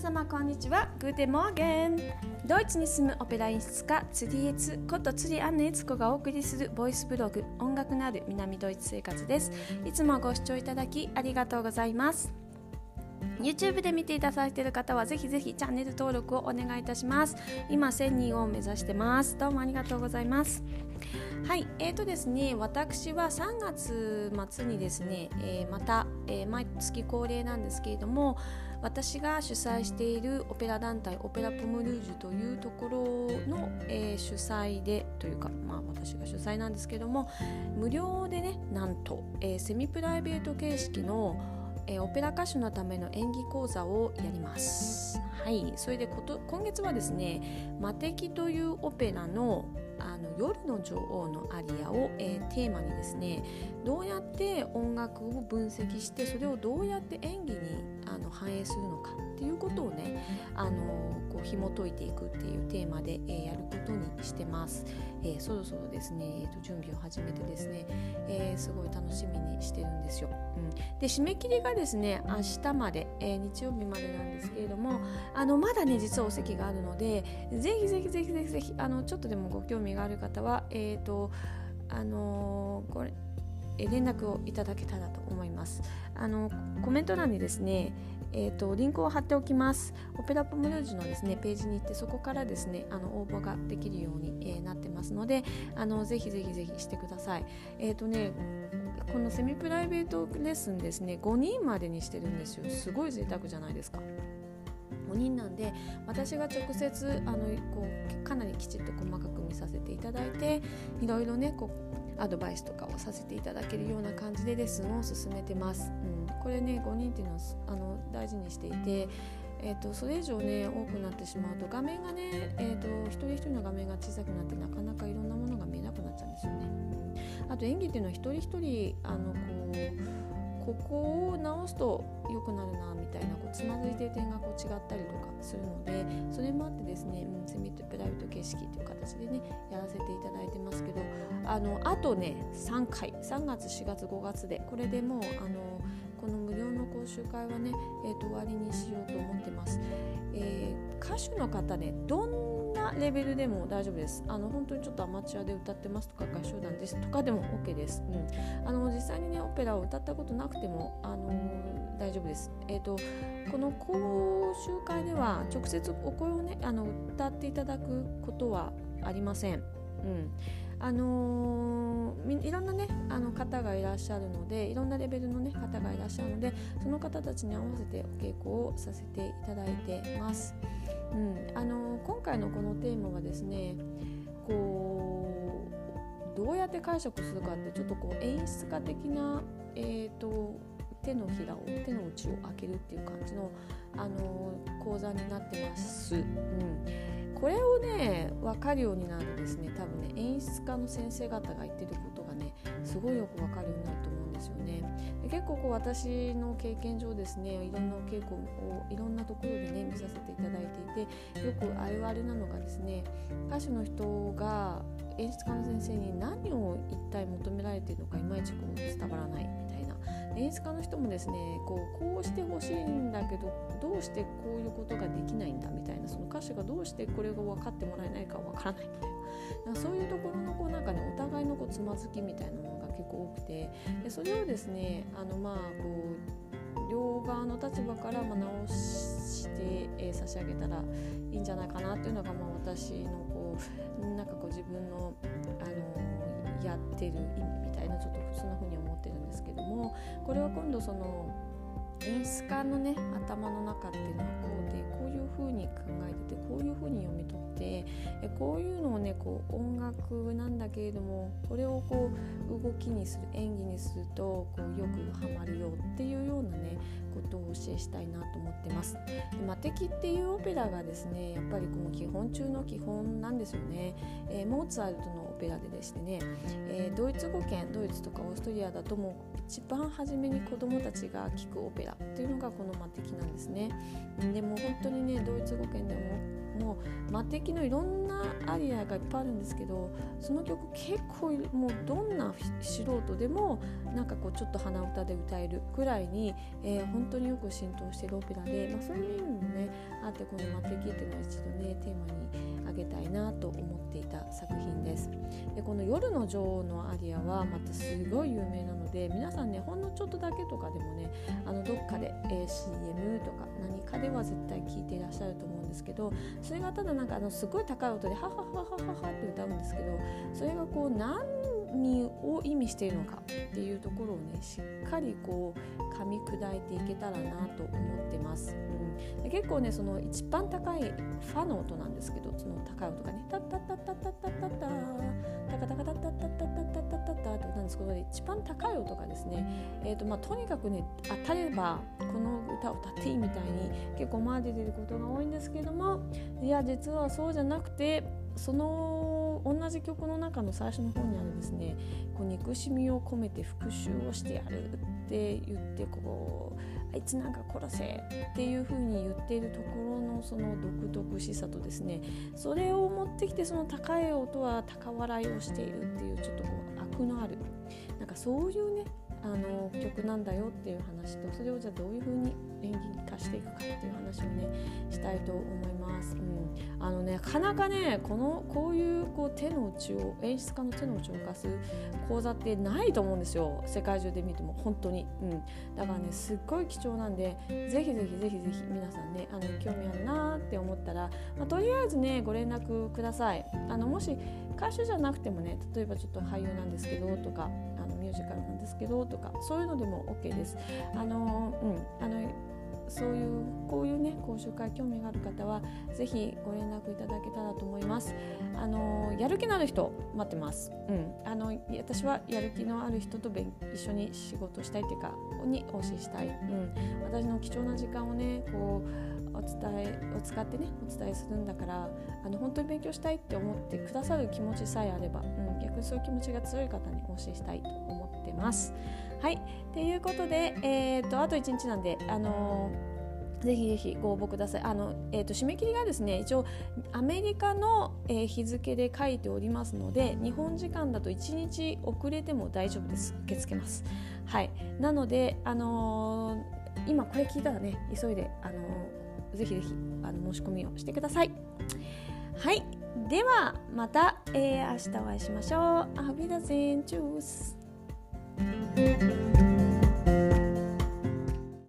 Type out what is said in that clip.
様こんにちは。グーテンモーゲン。ドイツに住むオペラ演出家ツリエツことツリアンネエツコがお送りするボイスブログ音楽のある南ドイツ生活です。いつもご視聴いただきありがとうございます。 YouTube で見ていただいている方はぜひぜひチャンネル登録をお願いいたします。今1000人を目指してます。どうもありがとうございます。はい、ですね、私は3月末にですね、また、毎月恒例なんですけれども、私が主催しているオペラ団体オペラポムルージュというところの、主催でというか、私が主催なんですけれども、無料でね、なんと、セミプライベート形式のオペラ歌手のための演技講座をやります。はい、それで今月はですね、魔敵というオペラの夜の女王のアリアを、テーマにですね、どうやって音楽を分析してそれをどうやって演技に反映するのかっていうことをね、こう紐解いていくっていうテーマで、やることにしてます。そろそろですね、準備を始めてですね、すごい楽しみにしてるんですよ。で、締め切りがですね明日まで、日曜日までなんですけれども、まだね実はお席があるので、ぜひちょっとでもご興味がある方はこれ連絡をいただけたらと思います。コメント欄にですね、リンクを貼っておきます。オペラポムルージュのですねページに行って、そこからですね応募ができるように、なってますので、ぜひしてください。このセミプライベートレッスンですね、5人までにしてるんですよ。すごい贅沢じゃないですか。5人なんで、私が直接こうかなりきちっと細かく見させていただいて、いろいろねこうアドバイスとかをさせていただけるような感じでレッスンを進めてます。これね5人っていうのは大事にしていて、それ以上ね多くなってしまうと画面がね、一人一人の画面が小さくなって、なかなかいろんなものが見えなくなっちゃうんですよね。あと演技っていうのは一人一人ここを直すと良くなるなみたいな、つまずいてる点が違ったりとかするので、それもあってですね、セミプライベート形式という形でねやらせていただいてますけど、あとね3回、3月4月5月で、これでもうこの無料の講習会はね、終わりにしようと思ってます。歌手の方ね、どんなレベルでも大丈夫です。本当にちょっとアマチュアで歌ってますとか合唱団ですとかでも OK です。実際にねオペラを歌ったことなくても大丈夫です。この講習会では直接お声をね歌っていただくことはありません。いろんなね方がいらっしゃるので、いろんなレベルのね方がいらっしゃるので、その方たちに合わせてお稽古をさせていただいてます。今回のこのテーマはですね、どうやって解釈するかって、ちょっと演出家的な、手の内を開けるっていう感じの、講座になってます。これをね分かるようになるとですね、多分ね演出家の先生方が言ってることがねすごいよく分かるようになると思うんですよね。で、結構私の経験上ですね、いろんなお稽古をいろんなところでね見させていただいていて、よくあるあるなのがですね、歌手の人が演出家の先生に何を一体求められているのかいまいち伝わらないみたいな。演出家の人もですねこうしてほしいんだけど、どうしてこういうことができないんだみたいな、その歌手がどうしてこれが分かってもらえないか分からないみたいな、そういうところのお互いのつまずきみたいなものが結構多くて、でそれをですね両側の立場から直して、差し上げたらいいんじゃないかなっていうのが、私の自分のやってる意味みたいな、ちょっとそんな風に思ってるんですけども、これは今度その演出家のね頭の中っていうのはこういう風に考えてて、こういう風に読み取って、こういうのをね音楽なんだけれども、これを動きにする、演技にするとよくハマるよっていうようなねことをお教えしたいなと思ってます。で、魔敵っていうオペラがですね、やっぱりこの基本中の基本なんですよね。モーツァルトのオペラでしてね、ドイツ語圏、ドイツとかオーストリアだともう一番初めに子どもたちが聴くオペラっていうのがこの魔敵なんですね。でも本当にねドイツ語圏でもも魔的のいろんなアリアがいっぱいあるんですけど、その曲結構もうどんな素人でもなんかこうちょっと鼻歌で歌えるくらいに、本当によく浸透しているオペラで、そういう意味もねあって、この魔的っていうのは一度ねテーマに挙げたいなと思っていた作品です。でこの夜の女王のアリアはまたすごい有名なので、皆さんねほんのちょっとだけとかでもねどっかで、CM とか何かでは絶対聞いていらっしゃると思うんですけど、それがただなんかすごい高い音でハハハハハハって歌うんですけど、それがこう何を意味しているのかっていうところをねしっかりこう噛み砕いていけたらなと思ってます。で結構ねその一番高いファの音なんですけど、その高い音がねタッタッタッタッタッタッタッタタカタカタッタッタッタッタッタッタッタッタッってなんですけど、一番高い音がですね、とにかくね当たればこの歌を歌っていいみたいに結構思われていることが多いんですけども、いや実はそうじゃなくて、その同じ曲の中の最初の方にあるですね、こう憎しみを込めて復讐をしてやるって言って、こうあいつなんか殺せっていう風に言っているところのその独特しさとですね、それを持ってきてその高い音は高笑いをしているっていうちょっとこう悪のあるなんかそういうね曲なんだよっていう話と、それをじゃあどういう風に演技化していくかっていう話をねしたいと思います。なかなかねこういう手の内を演出家の手の内を明かす講座ってないと思うんですよ、世界中で見ても本当に、だからねすっごい貴重なんで、ぜひぜひぜひぜひ皆さんね興味あるなって思ったら、とりあえずねご連絡ください。もし歌手じゃなくてもね、例えばちょっと俳優なんですけどとかミュージカルなんですけどとか、そういうのでも OK です。そういうこういうね講習会興味がある方はぜひご連絡いただけたらと思います。やる気のある人待ってます。私はやる気のある人と一緒に仕事したいというかにお教えしたい、私の貴重な時間をねこうお使ってねお伝えするんだから、本当に勉強したいって思ってくださる気持ちさえあれば、逆にそういう気持ちが強い方にお教えしたいと思ってます。はい、ということで、あと1日なんで、ぜひぜひご応募ください。締め切りがですね、一応アメリカの、日付で書いておりますので、日本時間だと1日遅れても大丈夫です。受け付けます。はい、なので、今これ聞いたらね急いで、ぜひぜひ申し込みをしてください。はい、ではまた、明日お会いしましょう。Auf Wiedersehen。Tschüss。